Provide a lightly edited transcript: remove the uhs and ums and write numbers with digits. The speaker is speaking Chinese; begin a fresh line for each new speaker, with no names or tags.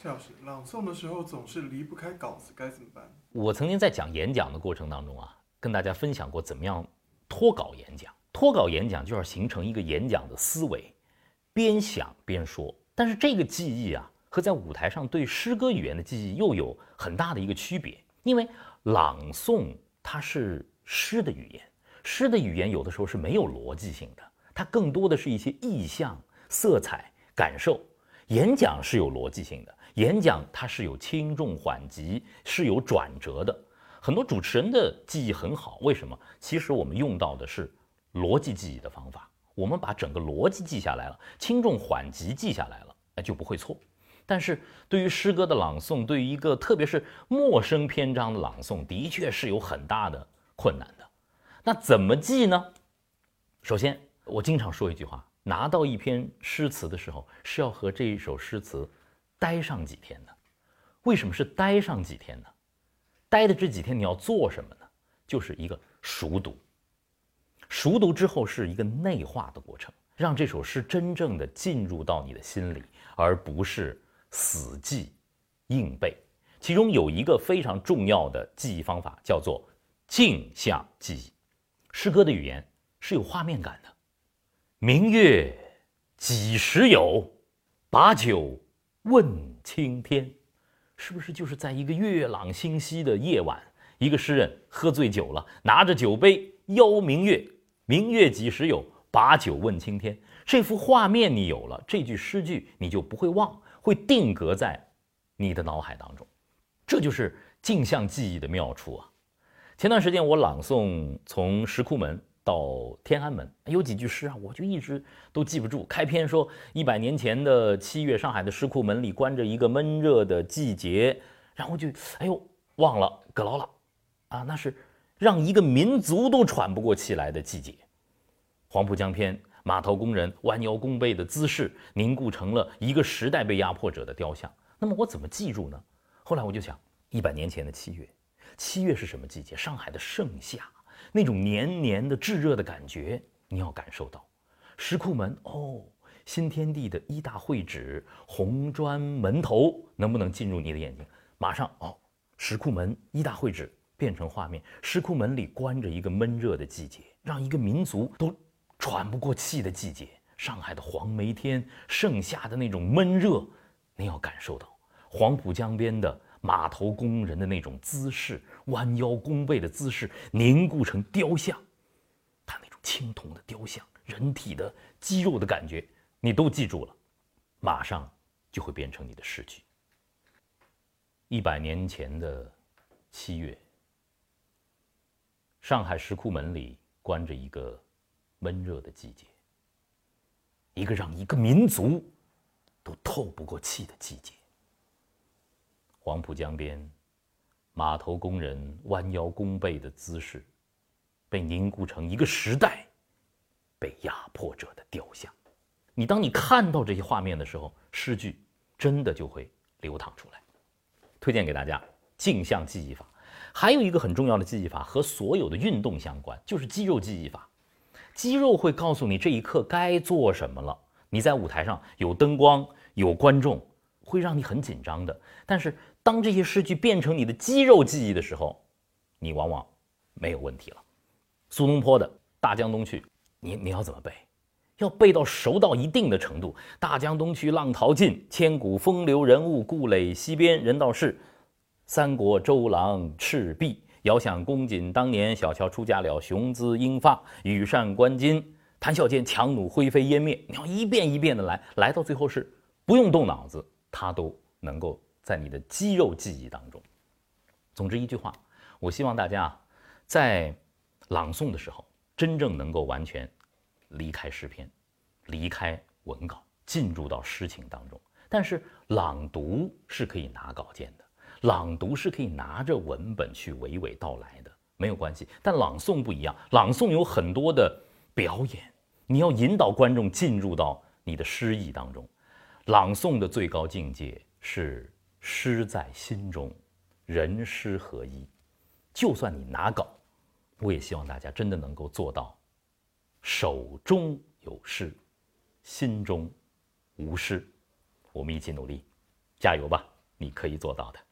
谢老师，朗诵的时候总是离不开稿子，该怎么办？
我曾经在讲演讲的过程当中跟大家分享过怎么样脱稿演讲。脱稿演讲就要形成一个演讲的思维，边想边说。但是这个记忆和在舞台上对诗歌语言的记忆又有很大的一个区别。因为朗诵它是诗的语言，诗的语言有的时候是没有逻辑性的，它更多的是一些意象、色彩、感受。演讲是有逻辑性的，演讲它是有轻重缓急，是有转折的。很多主持人的记忆很好，为什么？其实我们用到的是逻辑记忆的方法，我们把整个逻辑记下来了，轻重缓急记下来了，就不会错。但是对于诗歌的朗诵，对于一个特别是陌生篇章的朗诵，的确是有很大的困难的。那怎么记呢？首先，我经常说一句话，拿到一篇诗词的时候，是要和这一首诗词待上几天的。为什么是待上几天呢？待的这几天你要做什么呢？就是一个熟读。熟读之后是一个内化的过程，让这首诗真正的进入到你的心里，而不是死记硬背。其中有一个非常重要的记忆方法，叫做镜像记忆。诗歌的语言是有画面感的。明月几时有？把酒问青天。是不是就是在一个月朗星稀的夜晚，一个诗人喝醉酒了，拿着酒杯邀明月，明月几时有？把酒问青天。这幅画面你有了，这句诗句你就不会忘，会定格在你的脑海当中。这就是镜像记忆的妙处前段时间我朗诵从石库门到天安门，有几句诗我就一直都记不住。开篇说100年前的7月，上海的石库门里关着一个闷热的季节，然后就忘了，搁牢了那是让一个民族都喘不过气来的季节。黄浦江边，码头工人弯腰弓背的姿势凝固成了一个时代被压迫者的雕像。那么我怎么记住呢？后来我就想，100年前的7月，7月是什么季节？上海的盛夏，那种黏黏的炙热的感觉，你要感受到。石库门新天地的一大会址，红砖门头能不能进入你的眼睛？马上石库门一大会址变成画面，石库门里关着一个闷热的季节，让一个民族都喘不过气的季节。上海的黄梅天，盛夏的那种闷热，你要感受到。黄浦江边的码头工人的那种姿势，弯腰弓背的姿势凝固成雕像，他那种青铜的雕像，人体的肌肉的感觉你都记住了，马上就会变成你的诗句。100年前的7月，上海石库门里关着一个闷热的季节，一个让一个民族都透不过气的季节。黄浦江边，码头工人弯腰弓背的姿势，被凝固成一个时代被压迫者的雕像。当你看到这些画面的时候，诗句真的就会流淌出来。推荐给大家镜像记忆法。还有一个很重要的记忆法和所有的运动相关，就是肌肉记忆法。肌肉会告诉你这一刻该做什么了。你在舞台上有灯光，有观众，会让你很紧张的。但是当这些诗句变成你的肌肉记忆的时候，你往往没有问题了。苏东坡的《大江东去》，你要怎么背？要背到熟到一定的程度。大江东去，浪淘尽，千古风流人物，故垒西边人道是。三国周郎赤壁，遥想公瑾当年，小乔出嫁了，雄姿英发，羽扇纶巾，谈笑间，强弩灰飞烟灭。你要一遍一遍的来到最后是不用动脑子，它都能够在你的肌肉记忆当中。总之一句话，我希望大家在朗诵的时候，真正能够完全离开诗篇，离开文稿，进入到诗情当中。但是朗读是可以拿稿件的，朗读是可以拿着文本去娓娓道来的，没有关系。但朗诵不一样，朗诵有很多的表演，你要引导观众进入到你的诗意当中。朗诵的最高境界是诗在心中，人诗合一。就算你拿稿，我也希望大家真的能够做到手中有诗，心中无诗。我们一起努力。 加油吧，你可以做到的。